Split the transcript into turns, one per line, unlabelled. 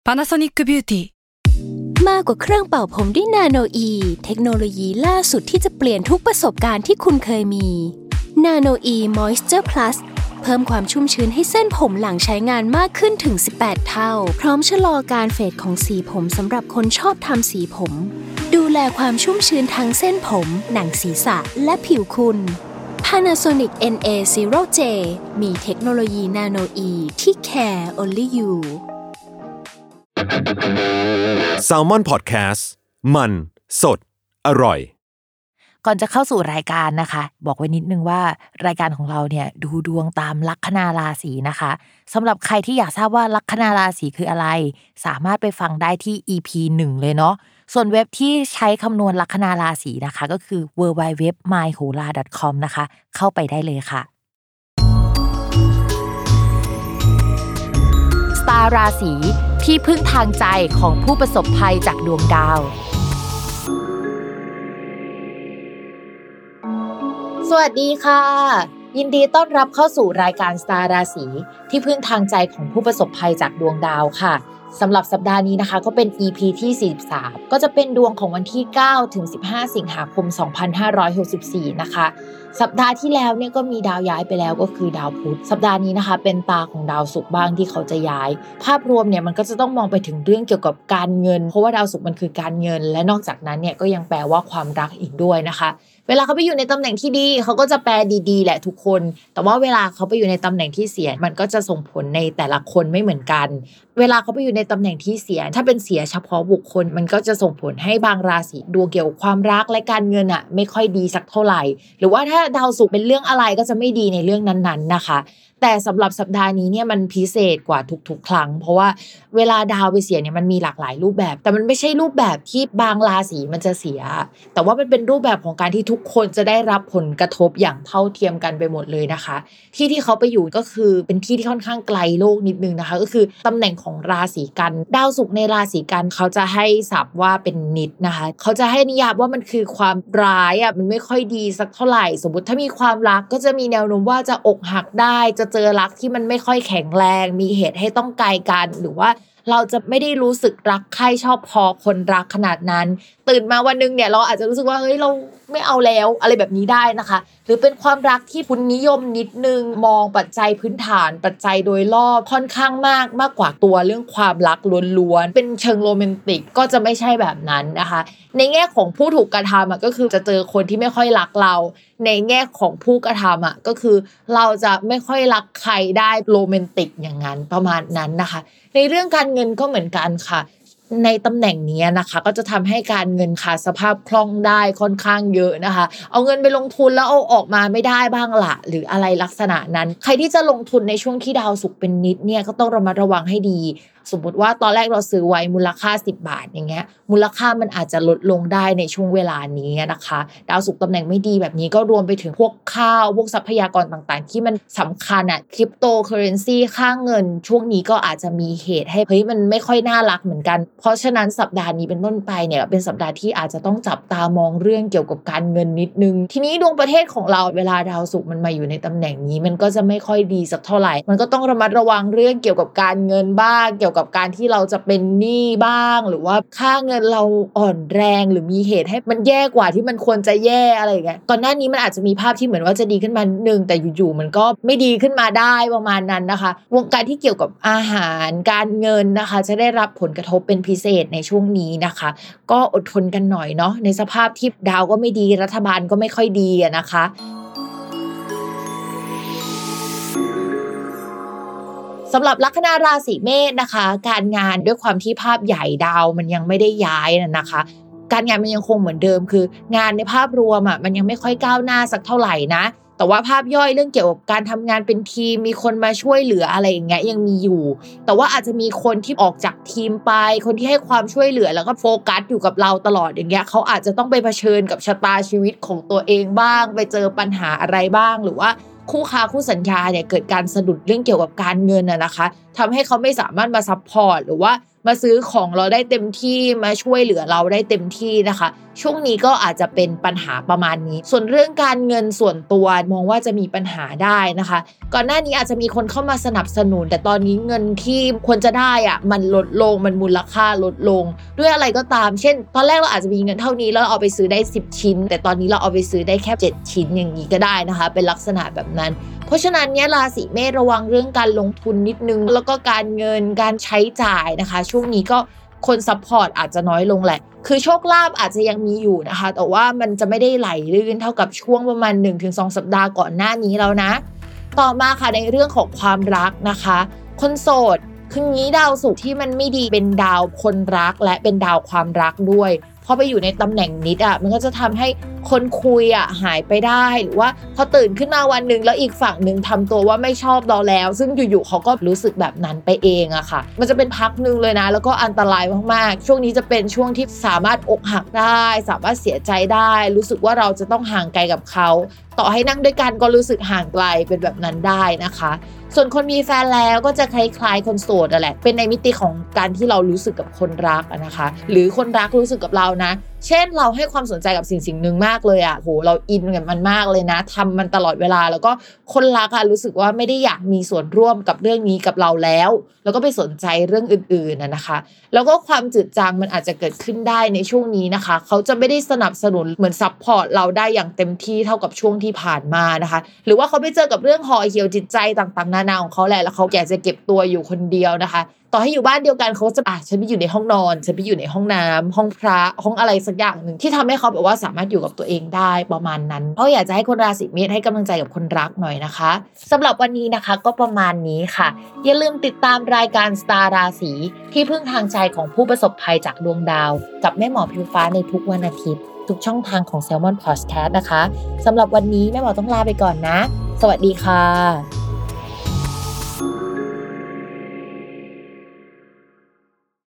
Panasonic Beauty
มากกว่าเครื่องเป่าผมด้วยนาโนอีเทคโนโลยีล่าสุดที่จะเปลี่ยนทุกประสบการณ์ที่คุณเคยมีนาโนอีมอยส์เจอร์พลัสเพิ่มความชุ่มชื้นให้เส้นผมหลังใช้งานมากขึ้นถึง18เท่าพร้อมชะลอการเฟดของสีผมสำหรับคนชอบทำสีผมดูแลความชุ่มชื้นทั้งเส้นผมหนังศีรษะและผิวคุณ Panasonic NA0J มีเทคโนโลยีนาโนอีที่ care only you
Salmon Podcast มันสดอร่อย
ก่อนจะเข้าสู่รายการนะคะบอกไว้นิดนึงว่ารายการของเราเนี่ยดูดวงตามลัคนาราศีนะคะสำหรับใครที่อยากทราบว่าลัคนาราศีคืออะไรสามารถไปฟังได้ที่ EP 1 เลยเนาะส่วนเว็บที่ใช้คำนวณลัคนาราศีนะคะก็คือ www.myhola.com นะคะเข้าไปได้เลยค่ะสตาร์ราศีที่พึ่งทางใจของผู้ประสบภัยจากดวงดาวสวัสดีค่ะยินดีต้อนรับเข้าสู่รายการสตาร์ราศีที่พึ่งทางใจของผู้ประสบภัยจากดวงดาวค่ะสำหรับสัปดาห์นี้นะคะก็เป็น EP ที่43ก็จะเป็นดวงของวันที่9ถึง15สิงหาคม2564นะคะสัปดาห์ที่แล้วเนี่ยก็มีดาวย้ายไปแล้วก็คือดาวพุธสัปดาห์นี้นะคะเป็นตาของดาวศุกร์บ้างที่เขาจะย้ายภาพรวมเนี่ยมันก็จะต้องมองไปถึงเรื่องเกี่ยวกับการเงินเพราะว่าดาวศุกร์มันคือการเงินและนอกจากนั้นเนี่ยก็ยังแปลว่าความรักอีกด้วยนะคะเวลาเขาไปอยู่ในตำแหน่งที่ดีเขาก็จะแปลดีๆแหละทุกคนแต่ว่าเวลาเขาไปอยู่ในตำแหน่งที่เสียมันก็จะส่งผลในแต่ละคนไม่เหมือนกันเวลาเขาไปอยู่ในตำแหน่งที่เสียถ้าเป็นเสียเฉพาะบุคคลมันก็จะส่งผลให้บางราศีดวงเกี่ยวกับความรักและการเงินอ่ะไม่ค่อยดีสักเท่าไหร่หรือว่าถ้าดาวศุกร์เป็นเรื่องอะไรก็จะไม่ดีในเรื่องนั้นๆนะคะแต่สำหรับสัปดาห์นี้เนี่ยมันพิเศษกว่าทุกๆครั้งเพราะว่าเวลาดาวไปเสียเนี่ยมันมีหลากหลายรูปแบบแต่มันไม่ใช่รูปแบบที่บางราศีมันจะเสียแต่ว่ามันเป็นรูปแบบของการที่ทุกคนจะได้รับผลกระทบอย่างเท่าเทียมกันไปหมดเลยนะคะที่เขาไปอยู่ก็คือเป็นที่ที่ค่อนข้างไกลโลกนิดนึงนะคะก็คือตำแหน่งของราศีกันดาวศุกร์ในราศีกันเขาจะให้ศัพท์ว่าเป็นนิดนะคะเขาจะให้นิยามว่ามันคือความร้ายอ่ะมันไม่ค่อยดีสักเท่าไหร่สมมติถ้ามีความรักก็จะมีแนวโน้มว่าจะอกหักได้จะเจอรักที่มันไม่ค่อยแข็งแรงมีเหตุให้ต้องไกลกันหรือว่าเราจะไม่ได้รู้สึกรักใคร่ชอบพอคนรักขนาดนั้นตื่นมาวันนึงเนี่ยเราอาจจะรู้สึกว่าเฮ้ยเราไม่เอาแล้วอะไรแบบนี้ได้นะคะหรือเป็นความรักที่คุณนิยมนิดนึงมองปัจจัยพื้นฐานปัจจัยโดยรอบค่อนข้างมากกว่าตัวเรื่องความรักล้วนๆเป็นเชิงโรแมนติกก็จะไม่ใช่แบบนั้นนะคะในแง่ของผู้ถูกกระทำก็คือจะเจอคนที่ไม่ค่อยรักเราในแง่ของผู้กระทำก็คือเราจะไม่ค่อยรักใครได้โรแมนติกอย่างนั้นประมาณนั้นนะคะในเรื่องการเงินก็เหมือนกันค่ะในตำแหน่งนี้นะคะก็จะทำให้การเงินขาดสภาพคล่องได้ค่อนข้างเยอะนะคะเอาเงินไปลงทุนแล้วเอาออกมาไม่ได้บ้างละหรืออะไรลักษณะนั้นใครที่จะลงทุนในช่วงที่ดาวศุกร์เป็นนิดเนี่ยก็ต้องระมัดระวังให้ดีสมมติว่าตอนแรกเราซื้อไว้มูลค่า10 บาทอย่างเงี้ยมูลค่ามันอาจจะลดลงได้ในช่วงเวลานี้นะคะดาวศุกร์ตำแหน่งไม่ดีแบบนี้ก็รวมไปถึงพวกข้าวพวกทรัพยากรต่างๆที่มันสำคัญคริปโตเคอเรนซีค่าเงินช่วงนี้ก็อาจจะมีเหตุให้เฮ้ยมันไม่ค่อยน่ารักเหมือนกันเพราะฉะนั้นสัปดาห์นี้เป็นต้นไปเนี่ยเป็นสัปดาห์ที่อาจจะต้องจับตามองเรื่องเกี่ยวกับการเงินนิดนึงทีนี้ดวงประเทศของเราเวลาดาวศุกร์มันมาอยู่ในตำแหน่งนี้มันก็จะไม่ค่อยดีสักเท่าไหร่มันก็ต้องระมัดระวังเรื่องเกี่ยวกับการเงินบ้างเกี่ยวกับการที่เราจะเป็นหนี้บ้างหรือว่าค่าเงินเราอ่อนแรงหรือมีเหตุให้มันแย่กว่าที่มันควรจะแย่อะไรอย่างเงี้ยก่อนหน้านี้มันอาจจะมีภาพที่เหมือนว่าจะดีขึ้นมานึงแต่อยู่ๆมันก็ไม่ดีขึ้นมาได้ประมาณนั้นนะคะวงการที่เกี่ยวกับอาหารการเงินนะคะจะได้รับผลกระทบเป็นพิเศษในช่วงนี้นะคะก็อดทนกันหน่อยเนาะในสภาพที่ดาวก็ไม่ดีรัฐบาลก็ไม่ค่อยดีนะคะสำหรับลัคนาราศีเมษนะคะการงานด้วยความที่ภาพใหญ่ดาวมันยังไม่ได้ย้ายนะคะการงานมันยังคงเหมือนเดิมคืองานในภาพรวมมันยังไม่ค่อยก้าวหน้าสักเท่าไหร่นะแต่ว่าภาพย่อยเรื่องเกี่ยวกับการทำงานเป็นทีมมีคนมาช่วยเหลืออะไรอย่างเงี้ยยังมีอยู่แต่ว่าอาจจะมีคนที่ออกจากทีมไปคนที่ให้ความช่วยเหลือแล้วก็โฟกัสอยู่กับเราตลอดอย่างเงี้ยเขาอาจจะต้องไปเผชิญกับชะตาชีวิตของตัวเองบ้างไปเจอปัญหาอะไรบ้างหรือว่าคู่ค้าคู่สัญญาเนี่ยเกิดการสะดุดเรื่องเกี่ยวกับการเงินนะคะทำให้เขาไม่สามารถมาซัพพอร์ตหรือว่ามาซื้อของเราได้เต็มที่มาช่วยเหลือเราได้เต็มที่นะคะช่วงนี้ก็อาจจะเป็นปัญหาประมาณนี้ส่วนเรื่องการเงินส่วนตัวมองว่าจะมีปัญหาได้นะคะก่อนหน้านี้อาจจะมีคนเข้ามาสนับสนุนแต่ตอนนี้เงินที่ควรจะได้อ่ะมันลดลงมันมูลค่าลดลงด้วยอะไรก็ตามเช่นตอนแรกเราอาจจะมีเงินเท่านี้แล้วเอาไปซื้อได้10ชิ้นแต่ตอนนี้เราเอาไปซื้อได้แค่7ชิ้นอย่างนี้ก็ได้นะคะเป็นลักษณะแบบนั้นเพราะฉะนั้นเนี่ยราศีเมษระวังเรื่องการลงทุนนิดนึงแล้วก็การเงินการใช้จ่ายนะคะช่วงนี้ก็คนซัพพอร์ตอาจจะน้อยลงแหละคือโชคลาภอาจจะยังมีอยู่นะคะแต่ว่ามันจะไม่ได้ไหลลื่นเท่ากับช่วงประมาณ 1-2 สัปดาห์ก่อนหน้านี้แล้วนะต่อมาค่ะในเรื่องของความรักนะคะคนโสดคืองี้ดาวศุกร์ที่มันไม่ดีเป็นดาวคนรักและเป็นดาวความรักด้วยพอไปอยู่ในตำแหน่งนิดอ่ะมันก็จะทำให้คนคุยอ่ะหายไปได้หรือว่าพอตื่นขึ้นมาวันนึงแล้วอีกฝั่งนึงทำตัวว่าไม่ชอบเราแล้วซึ่งอยู่ๆเขาก็รู้สึกแบบนั้นไปเองอะค่ะมันจะเป็นพักนึงเลยนะแล้วก็อันตรายมากๆช่วงนี้จะเป็นช่วงที่สามารถอกหักได้สามารถเสียใจได้รู้สึกว่าเราจะต้องห่างไกลกับเขาต่อให้นั่งด้วยกันก็รู้สึกห่างไกลเป็นแบบนั้นได้นะคะส่วนคนมีแฟนแล้วก็จะคล้ายๆคนโสดนั่นแหละเป็นในมิติของการที่เรารู้สึกกับคนรักนะคะหรือคนรักรู้สึกกับเรานะเช่นเราให้ความสนใจกับสิ่งหนึ่งมากเลยอ่ะโหเราอินกับมันมากเลยนะทำมันตลอดเวลาแล้วก็คนรักอ่ะรู้สึกว่าไม่ได้อยากมีส่วนร่วมกับเรื่องนี้กับเราแล้วก็ไปสนใจเรื่องอื่นๆนะคะแล้วก็ความจืดจางมันอาจจะเกิดขึ้นได้ในช่วงนี้นะคะเขาจะไม่ได้สนับสนุนเหมือนซัพพอร์ตเราได้อย่างเต็มที่เท่ากับช่วงที่ผ่านมานะคะหรือว่าเขาไปเจอกับเรื่องห่อเหี่ยวจิตใจต่างๆนานาของเขาแหละแล้วเขาอยากจะเก็บตัวอยู่คนเดียวนะคะต่อให้อยู่บ้านเดียวกันเขาจะฉันไปอยู่ในห้องนอนฉันไปอยู่ในห้องน้ำห้องพระห้องอะไรสักอย่างหนึ่งที่ทำให้เขาแบบว่าสามารถอยู่กับตัวเองได้ประมาณนั้นเพราะอยากจะให้คนราศีเมษให้กำลังใจกับคนรักหน่อยนะคะสำหรับวันนี้นะคะก็ประมาณนี้ค่ะอย่าลืมติดตามรายการสตาร์ราศีที่พึ่งทางใจของผู้ประสบภัยจากดวงดาวกับแม่หมอผิวฟ้าในทุกวันอาทิตย์ทุกช่องทางของ Salmon Podcast นะคะสำหรับวันนี้แม่หมอต้องลาไปก่อนนะสวัสดีค่ะ